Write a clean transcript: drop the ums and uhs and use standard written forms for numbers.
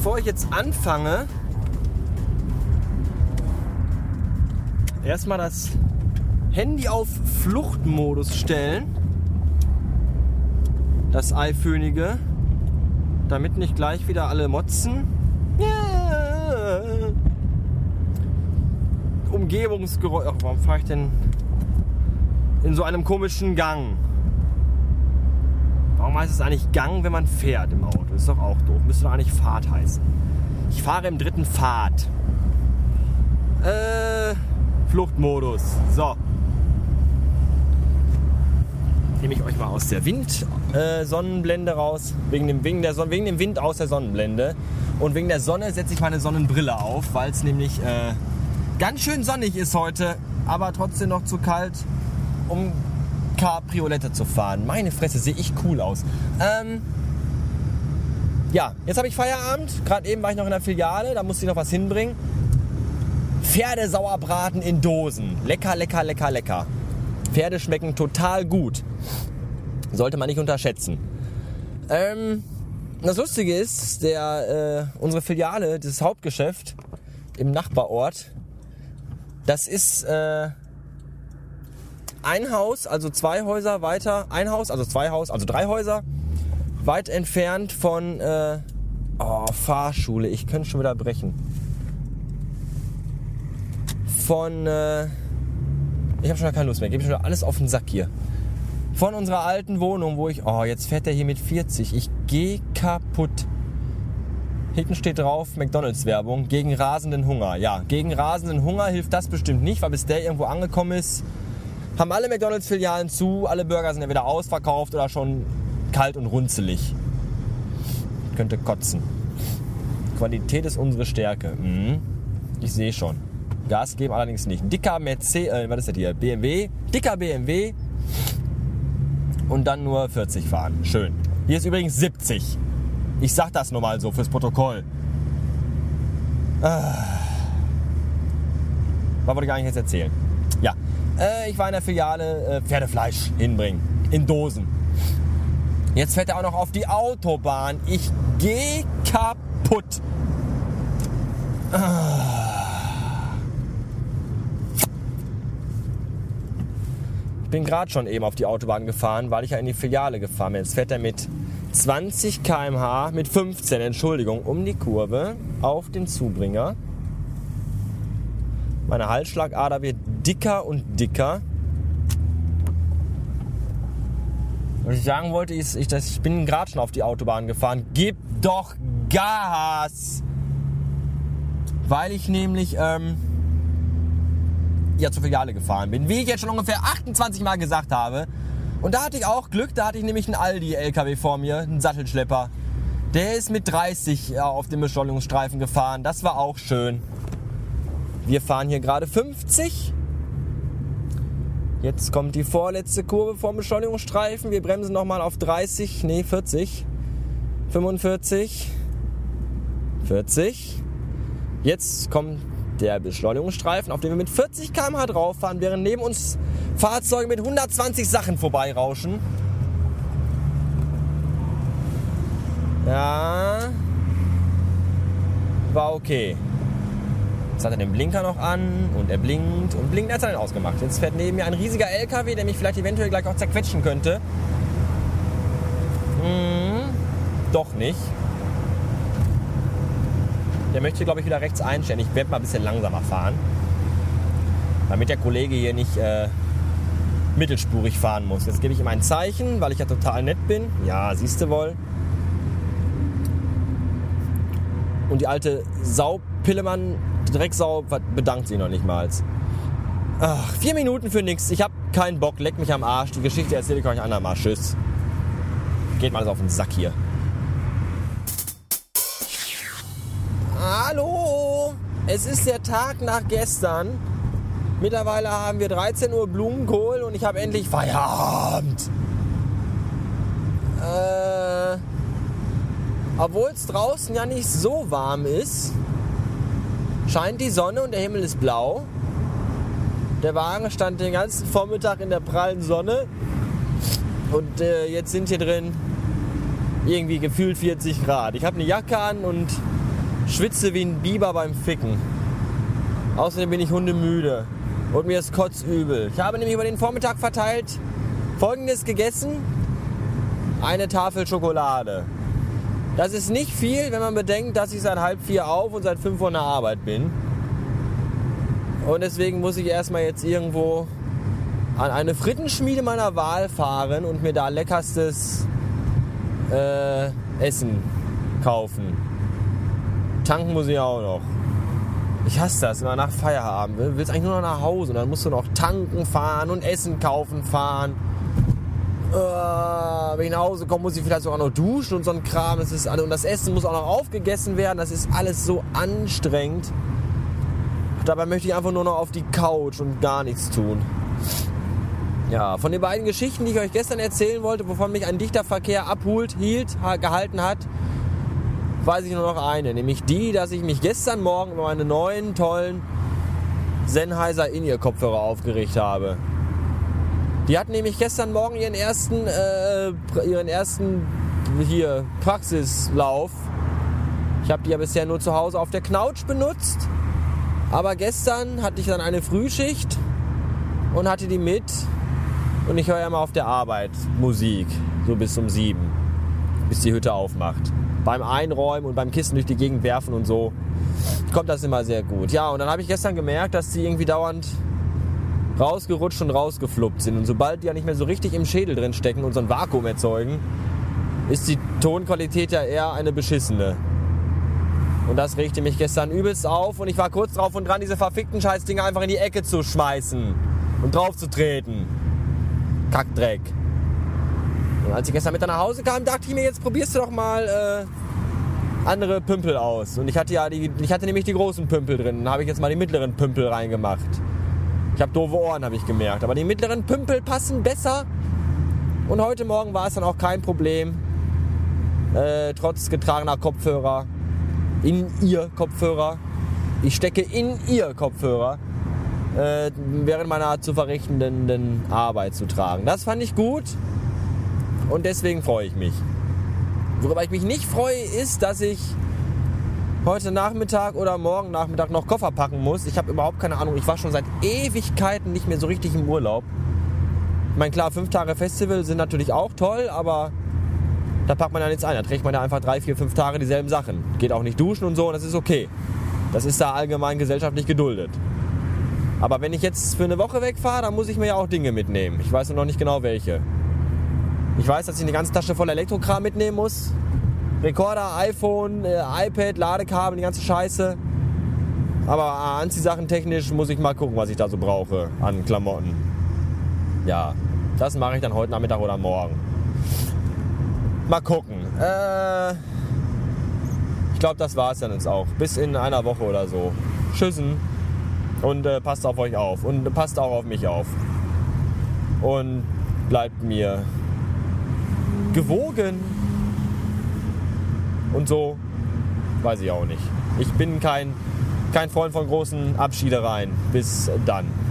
bevor ich jetzt anfange, erstmal das Handy auf Fluchtmodus stellen. Das iPhönige. Damit nicht gleich wieder alle motzen. Yeah. Umgebungsgeräusch. Ach, warum fahre ich denn in so einem komischen Gang? Warum heißt es eigentlich Gang, wenn man fährt im Auto? Ist doch auch doof. Müsste doch eigentlich Fahrt heißen. Ich fahre im dritten Pfad. Fluchtmodus. So. Nehme ich euch mal aus der Sonnenblende raus. Wegen dem Wind aus der Sonnenblende. Und wegen der Sonne setze ich meine Sonnenbrille auf, weil es nämlich ganz schön sonnig ist heute, aber trotzdem noch zu kalt, um Cabriolette zu fahren. Meine Fresse, sehe ich cool aus. Ja, jetzt habe ich Feierabend. Gerade eben war ich noch in der Filiale, da musste ich noch was hinbringen. Pferdesauerbraten in Dosen. Lecker, lecker, lecker, lecker. Pferde schmecken total gut. Sollte man nicht unterschätzen. Das Lustige ist, unsere Filiale, das Hauptgeschäft im Nachbarort, das ist ein Haus, also 2 Häuser weiter, ein Haus, also 2 Haus, also 3 Häuser weit entfernt von Fahrschule, ich könnte schon wieder brechen. Ich habe schon keine Lust mehr, gebe schon wieder alles auf den Sack hier. Von unserer alten Wohnung, wo jetzt fährt der hier mit 40, ich gehe kaputt. Hinten steht drauf, McDonalds-Werbung, gegen rasenden Hunger. Ja, gegen rasenden Hunger hilft das bestimmt nicht, weil bis der irgendwo angekommen ist, haben alle McDonalds-Filialen zu, alle Burger sind entweder ausverkauft oder schon kalt und runzelig. Ich könnte kotzen. Qualität ist unsere Stärke. Ich sehe schon. Gas geben allerdings nicht. Dicker Mercedes, was ist das hier? BMW, dicker BMW und dann nur 40 fahren. Schön. Hier ist übrigens 70. Ich sag das nur mal so fürs Protokoll. Was wollte ich eigentlich jetzt erzählen? Ja, ich war in der Filiale Pferdefleisch hinbringen. In Dosen. Jetzt fährt er auch noch auf die Autobahn. Ich geh kaputt. Ich bin gerade schon eben auf die Autobahn gefahren, weil ich ja in die Filiale gefahren bin. Jetzt fährt er mit 20 km/h, mit 15, Entschuldigung, um die Kurve auf den Zubringer. Meine Halsschlagader wird dicker und dicker. Was ich sagen wollte, ist, ich bin gerade schon auf die Autobahn gefahren. Gib doch Gas! Weil ich nämlich zur Filiale gefahren bin. Wie ich jetzt schon ungefähr 28 Mal gesagt habe. Und da hatte ich auch Glück, da hatte ich nämlich einen Aldi-LKW vor mir, einen Sattelschlepper. Der ist mit 30 auf dem Beschleunigungsstreifen gefahren. Das war auch schön. Wir fahren hier gerade 50. Jetzt kommt die vorletzte Kurve vom Beschleunigungsstreifen. Wir bremsen nochmal auf 40. 45. 40. Jetzt kommt der Beschleunigungsstreifen, auf dem wir mit 40 km/h drauf fahren, während neben uns Fahrzeuge mit 120 Sachen vorbeirauschen. Ja, war okay. Jetzt hat er den Blinker noch an und er blinkt und blinkt, er hat er ausgemacht. Jetzt fährt neben mir ein riesiger LKW, der mich vielleicht eventuell gleich auch zerquetschen könnte. Doch nicht. Der möchte, glaube ich, wieder rechts einstellen. Ich werde mal ein bisschen langsamer fahren, damit der Kollege hier nicht mittelspurig fahren muss. Jetzt gebe ich ihm ein Zeichen, weil ich ja total nett bin. Ja, siehst du wohl. Und die alte Saupillemann, Drecksau, bedankt sich noch nicht mal. 4 Minuten für nichts. Ich habe keinen Bock, leck mich am Arsch. Die Geschichte erzähle ich euch andermal. Tschüss. Geht mal alles auf den Sack hier. Hallo, es ist der Tag nach gestern. Mittlerweile haben wir 13 Uhr Blumenkohl und ich habe endlich Feierabend. Obwohl es draußen ja nicht so warm ist, scheint die Sonne und der Himmel ist blau. Der Wagen stand den ganzen Vormittag in der prallen Sonne und jetzt sind hier drin irgendwie gefühlt 40 Grad. Ich habe eine Jacke an und schwitze wie ein Biber beim Ficken. Außerdem bin ich hundemüde und mir ist kotzübel. Ich habe nämlich über den Vormittag verteilt Folgendes gegessen: eine Tafel Schokolade. Das ist nicht viel, wenn man bedenkt, dass ich seit 3:30 auf und seit 5 Uhr in der Arbeit bin. Und deswegen muss ich erstmal jetzt irgendwo an eine Frittenschmiede meiner Wahl fahren und mir da leckerstes Essen kaufen. Tanken muss ich auch noch. Ich hasse das, immer nach Feierabend. Du willst eigentlich nur noch nach Hause und dann musst du noch tanken fahren und Essen kaufen fahren. Wenn ich nach Hause komme, muss ich vielleicht sogar noch duschen und so ein Kram. Und das Essen muss auch noch aufgegessen werden. Das ist alles so anstrengend. Dabei möchte ich einfach nur noch auf die Couch und gar nichts tun. Ja, von den beiden Geschichten, die ich euch gestern erzählen wollte, wovon mich ein dichter Verkehr gehalten hat, weiß ich nur noch eine. Nämlich die, dass ich mich gestern Morgen über meine neuen, tollen Sennheiser In-Ear-Kopfhörer aufgeregt habe. Die hatten nämlich gestern Morgen ihren ersten Praxislauf. Ich habe die ja bisher nur zu Hause auf der Couch benutzt. Aber gestern hatte ich dann eine Frühschicht und hatte die mit. Und ich höre ja mal auf der Arbeit Musik, so bis um 7, bis die Hütte aufmacht. Beim Einräumen und beim Kissen durch die Gegend werfen und so kommt das immer sehr gut. Ja, und dann habe ich gestern gemerkt, dass die irgendwie dauernd rausgerutscht und rausgefluppt sind. Und sobald die ja nicht mehr so richtig im Schädel drin stecken und so ein Vakuum erzeugen, ist die Tonqualität ja eher eine beschissene. Und das regte mich gestern übelst auf und ich war kurz drauf und dran, diese verfickten Scheißdinger einfach in die Ecke zu schmeißen und drauf zu treten. Kackdreck. Und als ich gestern mit nach Hause kam, dachte ich mir, jetzt probierst du doch mal andere Pümpel aus. Und ich hatte nämlich die großen Pümpel drin. Dann habe ich jetzt mal die mittleren Pümpel reingemacht. Ich habe doofe Ohren, habe ich gemerkt. Aber die mittleren Pümpel passen besser. Und heute Morgen war es dann auch kein Problem. Trotz getragener Kopfhörer. In-Ear-Kopfhörer. Ich stecke In-Ear-Kopfhörer. Während meiner zu verrichtenden Arbeit zu tragen. Das fand ich gut. Und deswegen freue ich mich. Worüber ich mich nicht freue, ist, dass ich heute Nachmittag oder morgen Nachmittag noch Koffer packen muss. Ich habe überhaupt keine Ahnung. Ich war schon seit Ewigkeiten nicht mehr so richtig im Urlaub. Ich meine, klar, 5 Tage Festival sind natürlich auch toll, aber da packt man ja nichts ein. Da trägt man ja einfach 3, 4, 5 Tage dieselben Sachen. Geht auch nicht duschen und so und das ist okay. Das ist da allgemein gesellschaftlich geduldet. Aber wenn ich jetzt für eine Woche wegfahre, dann muss ich mir ja auch Dinge mitnehmen. Ich weiß nur noch nicht genau welche. Ich weiß, dass ich eine ganze Tasche voll Elektrokram mitnehmen muss. Rekorder, iPhone, iPad, Ladekabel, die ganze Scheiße. Aber Anziehsachen technisch muss ich mal gucken, was ich da so brauche an Klamotten. Ja, das mache ich dann heute Nachmittag oder morgen. Mal gucken. Ich glaube, das war es dann jetzt auch. Bis in einer Woche oder so. Tschüssen. Und passt auf euch auf. Und passt auch auf mich auf. Und bleibt mir gewogen. Und so, weiß ich auch nicht. Ich bin kein Freund von großen Abschiedereien. Bis dann.